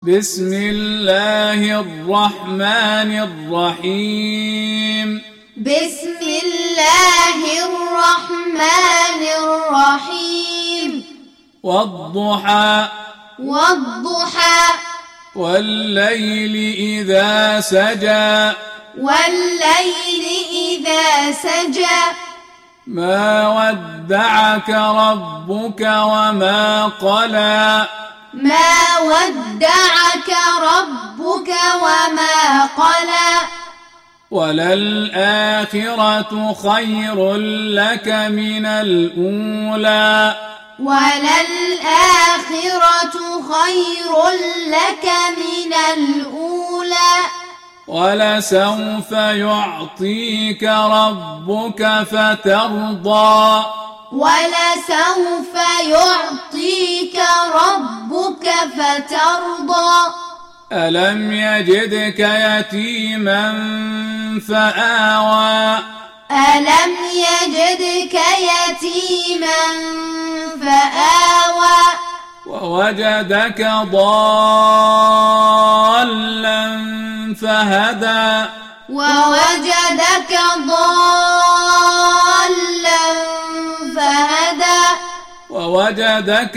بسم الله الرحمن الرحيم. بسم الله الرحمن الرحيم. والضحى والليل إذا سجى والليل إذا سجى ما ودعك ربك وما قلى ما ودعك ربك وما قلى وللآخرة خير لك من الأولى وللآخرة خير لك من الأولى ولسوف يعطيك ربك فترضى ولسوف يعطيك ربك فترضى ألم يجدك يتيما فآوى ألم يجدك يتيما فآوى ووجدك ضالا فهدى ووجدك ضالا فهدى ووجدك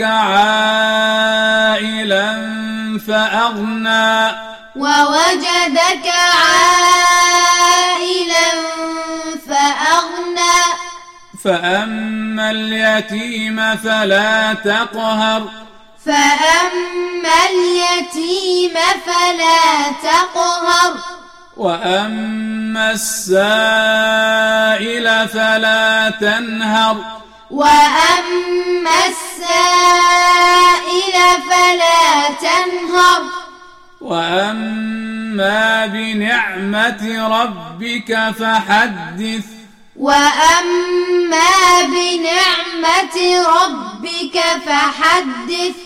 عائلا فأغنى ووجدك عائلا فأغنى فأما اليتيم فلا تقهر فأما اليتيم فلا تقهر وأما السائل فلا تنهر وأما السائل فلا تنهر وأما بنعمة ربك فحدث وأما بنعمة ربك فحدث